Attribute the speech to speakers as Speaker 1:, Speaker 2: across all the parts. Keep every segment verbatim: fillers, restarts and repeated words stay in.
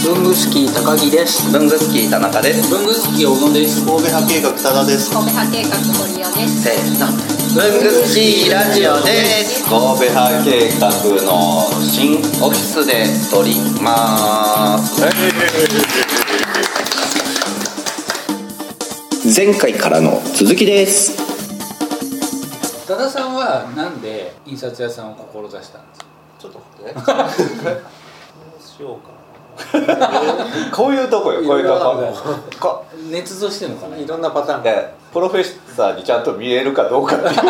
Speaker 1: 文具スキー高木です。
Speaker 2: 文具スキー田中です。
Speaker 1: 文具スキー小野です。
Speaker 3: 神戸派計画多田です。
Speaker 4: 神戸派計画堀尾です。
Speaker 2: せーの、文具スキーラジオです。神戸派計画の新オフィスで撮ります。前回からの続きです。
Speaker 1: 多田さんはなんで印刷屋さんを志したんですか？
Speaker 3: ちょっと待ってね。どうしようかな。
Speaker 2: こういうとこよ、こういうとこ。
Speaker 1: 捏造してるのかな。
Speaker 3: いろんなパターン
Speaker 2: がプロフェッサーにちゃんと見えるかどうかっていう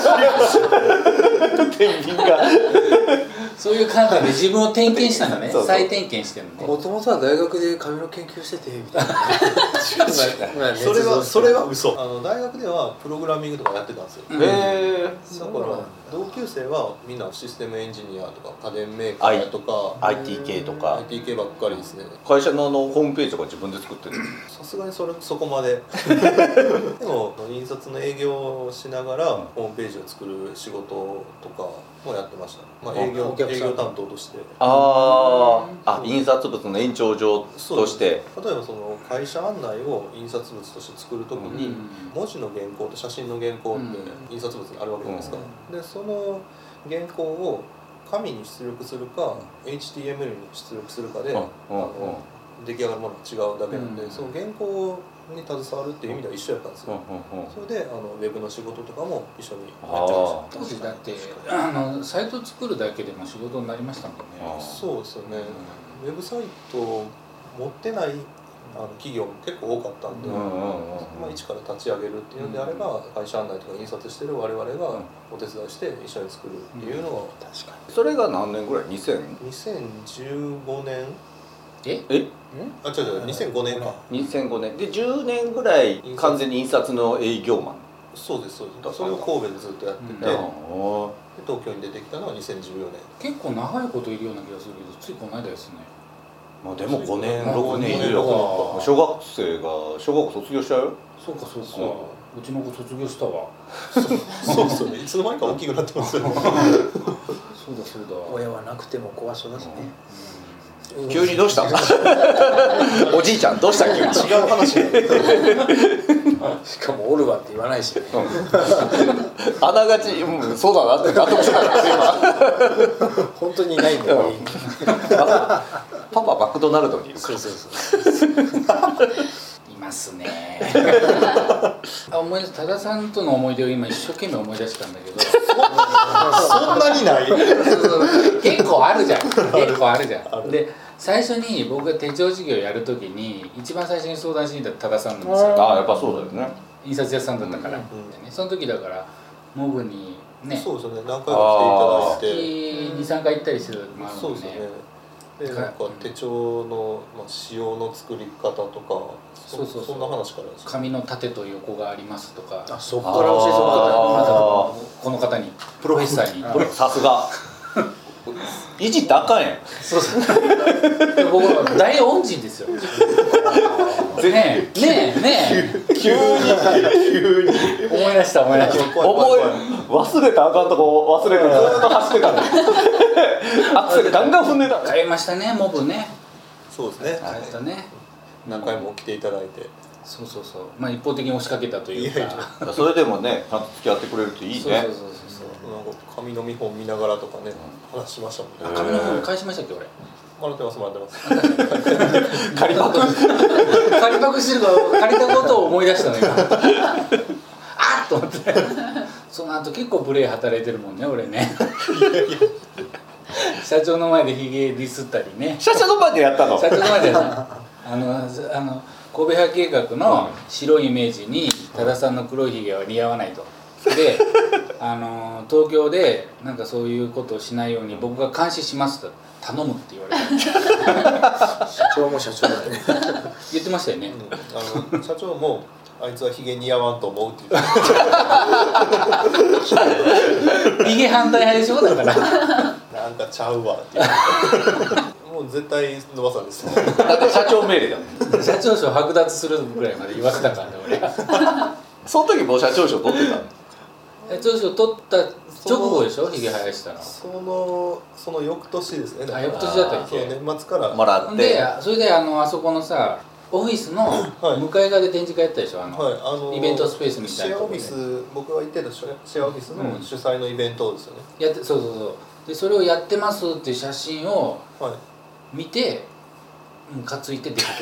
Speaker 2: 天秤が
Speaker 1: そういう観点で自分を点検したんだね。そうそう、再点検してるのね。
Speaker 3: もともとは大学で紙の研究しててみたいなそれはそれは嘘。あの大学ではプログラミングとかやってたんですよ。
Speaker 2: へえ。
Speaker 3: だから同級生はみんなシステムエンジニアとか家電メーカーとか
Speaker 2: アイティー 系とか
Speaker 3: アイティー 系ばっかりですね。
Speaker 2: 会社のあのホームページとか自分で作ってる？
Speaker 3: さすがにそれそこまででも印刷の営業をしながらホームページを作る仕事とかもやってました。まあ、営業営業担当として。
Speaker 2: ああ、印刷物の延長上として。
Speaker 3: 例えばその会社案内を印刷物として作るときに、うん、文字の原稿と写真の原稿って印刷物にあるわけじゃないですか。うん、でその原稿を紙に出力するか エイチティーエムエル に出力するかで、うん、あの出来上がるものが違うだけなんで、うん、その原稿に携わるっていう意味では一緒やったんですよ。それであのウェブの仕事とかも一緒にやってました。
Speaker 1: 当時だってあのサイト作るだけでも仕事になりましたもんね。
Speaker 3: そうですよね。うん、ウェブサイトを持ってないあの企業も結構多かったんで、まあ、一から立ち上げるっていうのであれば、会社案内とか印刷してる我々がお手伝いして一緒に作るっていうのは、
Speaker 2: 確かにそれが何年ぐらい？にせん
Speaker 3: にせんじゅうごねん
Speaker 2: ええ
Speaker 3: あ、違う違う、にせんごねんか。
Speaker 2: にせんごねんでじゅうねんぐらい完全に印刷の営業マン。
Speaker 3: そうですそうです。それを神戸でずっとやってて、うん、で東京に出てきたのはにせんじゅうよねん。
Speaker 1: 結構長いこといるような気がするけど、ついこの間ですね。
Speaker 2: まあでもごねんろくねんいるよ。小学生が小学校卒業しちゃうよ。
Speaker 1: そうかそうか、うん、うちの子卒業したわ。
Speaker 3: そうそうね。いつの間にか大きくなってますよね。そうだ
Speaker 1: そうだ。
Speaker 5: 親はなくても子は育つね。
Speaker 2: うん、急にどうした？おじいちゃんどうした急に？
Speaker 3: 違う話。
Speaker 5: しかもおるわって言わないし、ね。
Speaker 2: うん、あながち、うん、そうだなって納得したんです今。
Speaker 5: 本当にいないんだよ。
Speaker 2: パパマクドナルドにいるから。
Speaker 5: そうそう
Speaker 1: そう。いますね。あ、思い出す。多田さんとの思い出を今一生懸命思い出したんだけど。
Speaker 3: そんなにない？
Speaker 1: 結構あるじゃん。結構あるじゃん。で、最初に僕が手帳事業やるときに一番最初に相談しに行った多田さんなんですよ。
Speaker 2: ああ、やっぱそうだよね。
Speaker 1: 印刷屋さんだったから。うんうん、ね、その時だからモブにね。
Speaker 3: そうですよね。何回も来ていただいて。
Speaker 1: に、さんかい行ったりするのもあるもんね。
Speaker 3: そうですよね。でなんか手帳の、まあ、仕様の作り方とか、
Speaker 1: そうそうそう、
Speaker 3: そんな話からです。
Speaker 1: 紙の縦と横がありますとか、
Speaker 5: あ、そこから教えてもらった。
Speaker 1: またこの方にプロフェッサーに
Speaker 2: さすがいじったらあかんやん。
Speaker 1: そうそう僕は大恩人ですよ。ねえねえねえ
Speaker 2: 急に急に
Speaker 1: 思い出した思い出した
Speaker 2: 思い忘れたらあかんとこ忘れてずっと走ってたね。アクセルガンガン踏んでた。
Speaker 1: 買いましたね、モブね。
Speaker 3: そうですね。
Speaker 1: 買ったね。
Speaker 3: 何回も来ていただいて。
Speaker 1: そうそうそう。まあ一方的に押しかけたというか。
Speaker 3: いやいや
Speaker 2: それでもね、ちゃんと付き合ってくれるといいね。
Speaker 1: そうそうそうそう。
Speaker 3: なんか紙の見本見ながらとかね、話しましたもんね。
Speaker 1: 紙の本返しましたっけ俺。
Speaker 3: もらってますもらってます。
Speaker 2: 仮パク
Speaker 1: 仮パクしてるから借りたことを思い出したのよ。あっと思って。その後結構無礼働いてるもんね俺ね。社長の前でヒゲディスったりね。
Speaker 2: 社長の前でやったの？
Speaker 1: 社長の前でやったの。あのあの神戸派計画の白いイメージに多田さんの黒いヒゲは似合わないと。で、あの東京でなんかそういうことをしないように僕が監視しますと頼むって言われて。
Speaker 5: 社長も社長だね。
Speaker 1: 言ってましたよね。
Speaker 3: うん、あの社長もあいつはヒゲ似合わんと思うって言って。
Speaker 1: ヒゲ反対派でしょだから。
Speaker 3: なんかちゃうわって言って。もう絶対伸ばさんです。
Speaker 2: だって社長命令だもん。
Speaker 1: 社長賞剥奪するぐらいまで言わせたからね俺。
Speaker 2: その時もう社長賞取ってたの？
Speaker 1: 社長賞取った直後でしょ、ひげ生やしたの。
Speaker 3: そのその翌年ですね。
Speaker 1: あ、翌年だったっけ。
Speaker 3: そう年末から
Speaker 2: もらって
Speaker 1: でそれであのあそこのさオフィスの向かい側で展示会やったでしょ、あの、
Speaker 3: はい、あの
Speaker 1: イベントスペースみたいなところで
Speaker 3: シェアオフィス、僕が行ってたシェアオフィスの主催のイベントですよね、
Speaker 1: やってそうそうそうでそれをやってますっていう写真を
Speaker 3: はい、
Speaker 1: 見てムカついて出てき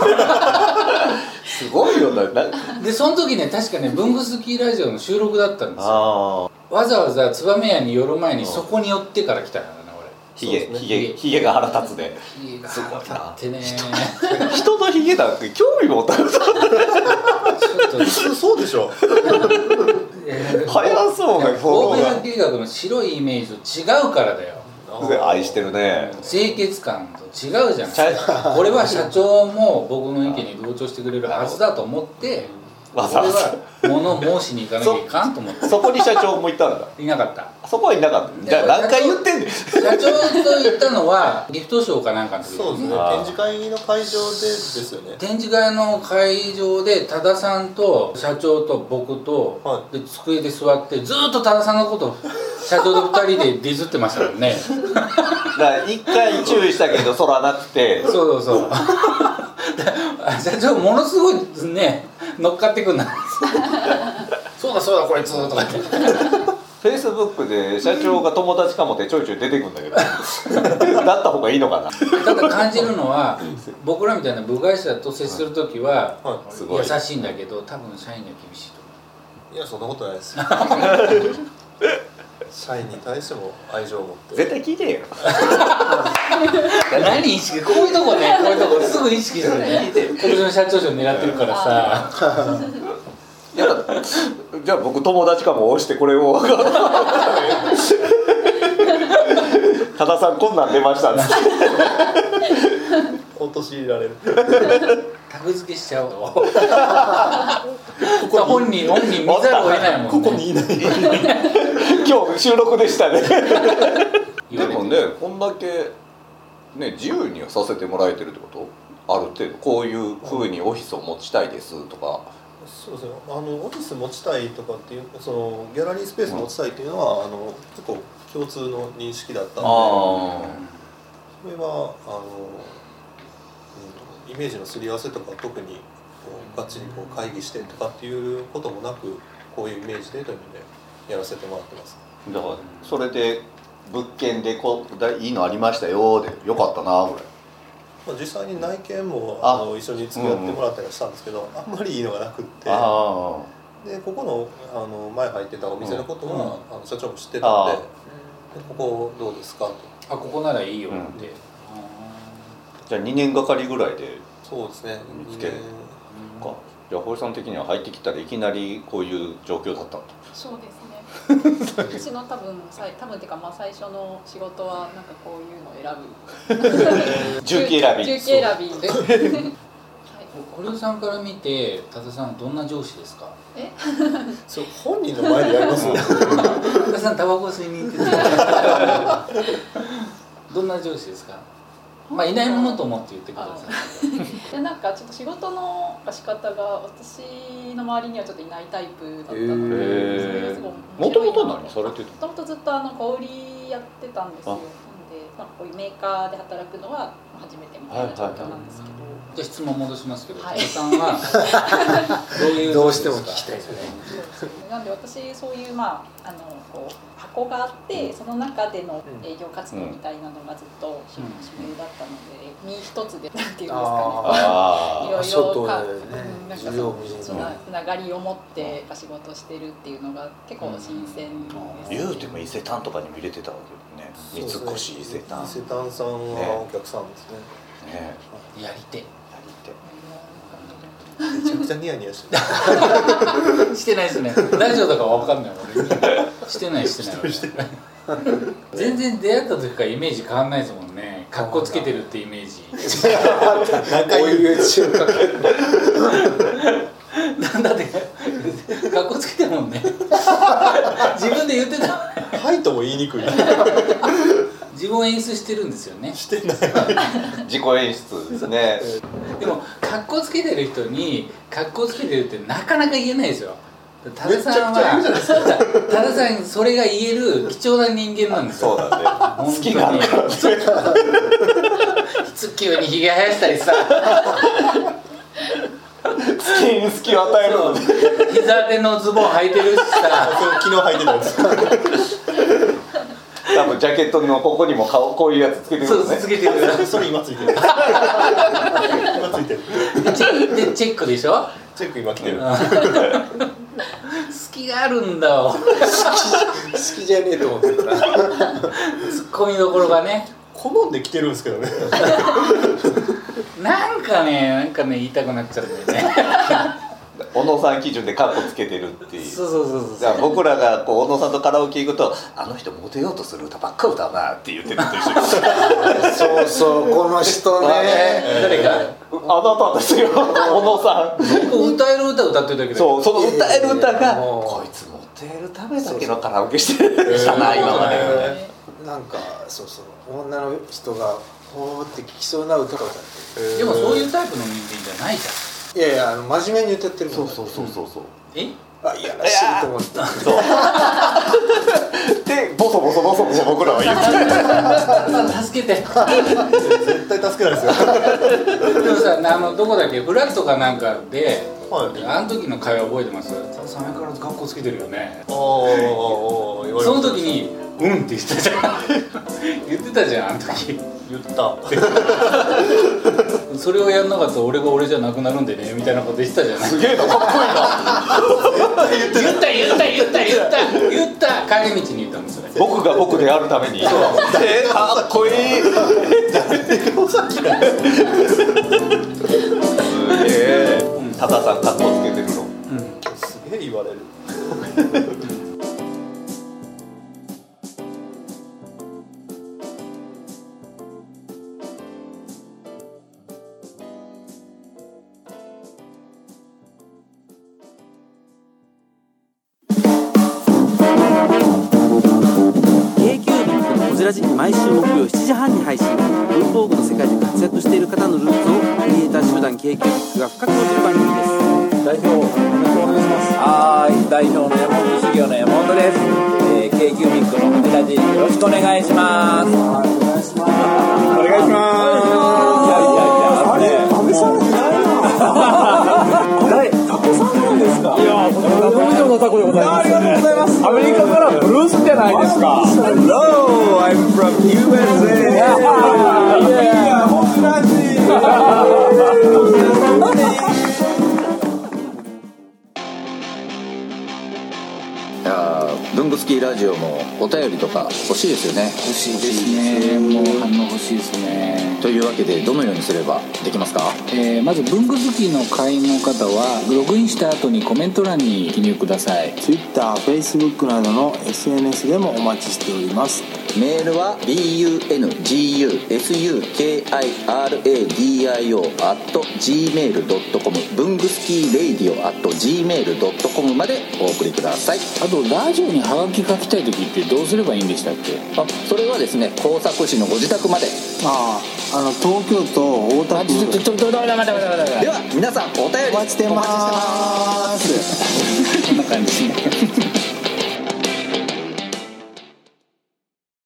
Speaker 2: すごいよな。な
Speaker 1: たでその時ね確かね文具スキーラジオの収録だったんですよ。
Speaker 2: ああ。
Speaker 1: わざわざ燕屋に寄る前にそこに寄ってから来たからね
Speaker 2: ひげ、
Speaker 3: そうですね
Speaker 2: ひげ、ひげが腹立つで。
Speaker 1: 俺。ひげが腹立ってね
Speaker 2: 人のひげなんて興味持ったこと
Speaker 1: ちょっと
Speaker 3: 普通そうでしょ
Speaker 2: 早そうなフォロ
Speaker 1: 神戸
Speaker 2: ー
Speaker 1: 派計画の白いイメージと違うからだよ。
Speaker 2: が愛してるね。
Speaker 1: 清潔感と違うじゃん。これは社長も僕の意見に同調してくれるはずだと思って
Speaker 2: わざわざ
Speaker 1: 俺は物申しに行かなきゃいかんと思って
Speaker 2: そこに社長もいたんだ。
Speaker 1: いなかった。
Speaker 2: そこはいなかった。じゃあ何回言ってんねん。
Speaker 1: 社長と言ったのはギフトショーかなんかの時
Speaker 3: そうですね、
Speaker 2: あー
Speaker 3: 展示会の会場でですよね。
Speaker 1: 展示会の会場で多田さんと社長と僕と、
Speaker 3: は
Speaker 1: で机で座ってずーっと多田さんのこと社長とふたりでディスってましたもんね
Speaker 2: だから一回注意したけどそらなくて。
Speaker 1: そうそうそう社長ものすごいね乗っかってくんなそうだそうだこいつとか言って
Speaker 2: フェイスブックで社長が友達かもってちょいちょい出てくるんだけどだった方がいいのかな。
Speaker 1: ただ感じるのは僕らみたいな部外者と接する時は
Speaker 3: はい、
Speaker 2: すごい。
Speaker 1: 優しいんだけど多分社員には厳しいと思
Speaker 3: いやそんなことないですよ社員に対しても愛情を持って
Speaker 2: 絶対聞いてよ。
Speaker 1: う何意識こういうとこねこういうとこすぐ意識するね今年の社長賞狙ってるからさ
Speaker 2: いやじゃあ僕友達かも押してこれを多田さんこんなん出ましたっつって
Speaker 3: 陥れられる
Speaker 1: タグ付けしちゃおう本人本人見ざるを得ないもんね
Speaker 3: ここにいない
Speaker 2: 今日収録でしたね
Speaker 1: 言われて
Speaker 2: でもねこんだけね自由にはさせてもらえてるってことある程度こういう風にオフィスを持ちたいですとか。
Speaker 3: そうですね、あのオフィス持ちたいとかっていうそのギャラリースペース持ちたいっていうのは、うん、あの結構共通の認識だったので
Speaker 2: あ
Speaker 3: それはあの、うん、イメージのすり合わせとか特にこうがっちりこう会議してとかっていうこともなくこういうイメージでというのでやらせてもらってます。
Speaker 2: だからそれで物件でこうだいいのありましたよでよかったなぐらい。
Speaker 3: まあ、実際に内見も
Speaker 2: あ
Speaker 3: あの一緒に付き合ってもらったりしたんですけど、うんうん、あんまりいいのがなくって
Speaker 2: あ
Speaker 3: でここのあの前入ってたお店のことは、
Speaker 2: うん
Speaker 3: あの社長も知ってたんででここどうですかと。
Speaker 1: あここならいいよって、うん、
Speaker 2: じゃあにねんがかりぐらいで
Speaker 3: そうですね
Speaker 2: 見つけるか。じゃあ堀さん的には入ってきたらいきなりこういう状況だったんだ。
Speaker 4: そうですね私の多分多分っていうかまあ最初の仕事はなんかこういうのを選ぶ
Speaker 2: 重機選び
Speaker 4: 重機選び
Speaker 1: 堀尾さんから見て多田さんどんな上司ですか。
Speaker 4: え
Speaker 3: そう本人の前でやりますよ
Speaker 1: 多田さんタバコ吸いに行っててどんな上司ですか。まあいないものと思って言ってください。
Speaker 4: でなんかちょっと仕事の仕方が私の周りにはちょっといないタイプだったので、
Speaker 2: へー
Speaker 4: それがすごい
Speaker 2: もともと何されて
Speaker 4: もともとずっとあの小売りやってたんですよ。なんで、まあ、こういうメーカーで働くのは初めてみたいな状況なんですけど、
Speaker 1: じゃあ質問戻しますけど、
Speaker 4: はい、
Speaker 1: 多田さんはどういう
Speaker 5: どうしても聞きたいですね。
Speaker 4: なんで私そういうまああのこう箱があってその中での営業活動みたいなのがずっと主流だったので、身一つでなんていうんですかね、いろいろか、うん、なんかそのつなつながりを持って仕事してるっていうのが結構新鮮です、
Speaker 2: 言うても伊勢丹とかにも入れてたわけよね。三越伊勢丹。
Speaker 3: 伊勢丹さんはお客さんですね。
Speaker 2: ね
Speaker 1: やり手
Speaker 2: やり
Speaker 3: めちゃくちゃニヤニヤしてる
Speaker 1: してないですね。ラジオとかは分かんない俺してないしてない全然出会った時からイメージ変わんないですもんね。カッコつけてるってイメージ
Speaker 3: 仲良い中華
Speaker 1: なんだってカッコつけてるもんね自分で言ってた
Speaker 3: はいとも言いにくい
Speaker 1: 自分を演出してるんですよね。
Speaker 3: してない
Speaker 2: 自己演出ですね。
Speaker 1: でもカッコつけてる人にカッコつけてるってなかなか言えないですよ。 多田さんは多田さんそれが言える貴重な人間なんですよ。
Speaker 2: そうだね。好きがあるからね。
Speaker 1: 急にひげ生やしたりさ
Speaker 2: 好きに好きを与えるので
Speaker 1: 膝手のズボン履いてるしさ
Speaker 3: 昨日履いてたんです
Speaker 2: 多分ジャケットのここにも顔こういうやつつけてる
Speaker 1: そう
Speaker 2: んですね。
Speaker 1: つけてる
Speaker 3: それ今ついてる今ついてる
Speaker 1: でチェでチェックでしょ。
Speaker 3: チェック今来てる
Speaker 1: 隙があるんだよ
Speaker 5: 好きじゃねえと思ってるな
Speaker 1: ツッコミどころがね。
Speaker 3: 好んで来てるんですけどね
Speaker 1: なんかねなんかね言いたくなっちゃうんだよね
Speaker 2: 小野さん基準でカッコつけてるっていう。
Speaker 1: そうそうそうそう
Speaker 2: だから僕らがこう小野さんとカラオケ行くとあの人モテようとする歌ばっか歌うなって言ってると一緒に
Speaker 5: そうそうこの人ね
Speaker 1: 誰が
Speaker 2: あなたですよ小野さん
Speaker 1: 僕歌える歌歌ってるだけだけど
Speaker 2: そうその歌える歌が
Speaker 5: もう
Speaker 2: こいつモテるためだけのカラオケしてるしたな今まで。
Speaker 5: なんかそうそう女の人がほーって聴きそうな歌を歌ってる。
Speaker 1: でもそういうタイプの人間じゃないじ
Speaker 5: いやいやあの真面目に歌ってるもん
Speaker 2: そうそうそうそうそう。
Speaker 1: ゃん。え
Speaker 5: あいやらしいと思って
Speaker 2: そうでボソボソボソボソ僕らは言って
Speaker 1: 助けて
Speaker 3: 絶対助けないですよ
Speaker 1: でもさあのどこだっけフラットかなんかで、
Speaker 3: はい
Speaker 1: あの時の会話覚えてます？サメから学校つけてるよね。
Speaker 3: おー言われ
Speaker 1: そ
Speaker 3: ました
Speaker 1: の時にうんって言ってたじゃん言ってたじゃんあの時
Speaker 3: 言った
Speaker 1: それをやんなかったら俺が俺じゃなくなるんでねみたいなこと言ってたじゃない。
Speaker 2: すげえなかっこいいな
Speaker 1: 言った言った言った言った言った帰り道に言ったんですよね。
Speaker 2: 僕が僕であるためにえー、かっこいいすげえ多田さんカッコつけてるの。
Speaker 3: すげえ言われる
Speaker 6: ラジ毎週木曜しちじはんに配信。文房具の世界で活躍している方のルーツをクリエイター集団 ケーキュービックが深く落ちる番組です。
Speaker 5: 代表よろしくお願いします。
Speaker 7: はーい、代表の山本修行の山本です。えー、ケーキュービックのホメラジよろしくお願いします。
Speaker 5: お願いします。
Speaker 7: お願いします。いやいやいや、あれ、
Speaker 5: 安倍さんじゃないな。誰？タコさんなんですか？いや、僕以上のタコでございます。ありがとうございます。
Speaker 7: アメリカからブルースじゃないですか。
Speaker 5: Hello, I'm from ユーエスエー。いやいや、ホメラジ。
Speaker 8: いや文具好きラジオもお便りとか欲しいですよね。
Speaker 1: 欲しいですね。もう反応欲しいですね。
Speaker 8: というわけでどのようにすればできますか？
Speaker 1: えー、まず文具好きの会員の方はログインした後にコメント欄に記入ください。
Speaker 9: Twitter、Facebook などの エスエヌエス でもお待ちしております。
Speaker 8: メールは ビーユーエヌジーユーエスユーケーアイアールエーディーアイオー アット ジーメールドットコム 文具スキーレイディオ アット ジーメールドットコム までお送りください。
Speaker 1: あとラジオにハガキ書きたい時ってどうすればいいんでしたっけ？
Speaker 8: あ、それはですね、工作士のご自宅まで。
Speaker 9: ああ、あの東京都大田
Speaker 1: あ、ちょっとちょっと待って待って待って待って
Speaker 8: では皆さんお便り
Speaker 9: お待ちしてま
Speaker 8: お待ちしてます
Speaker 9: す。
Speaker 1: こんな感じ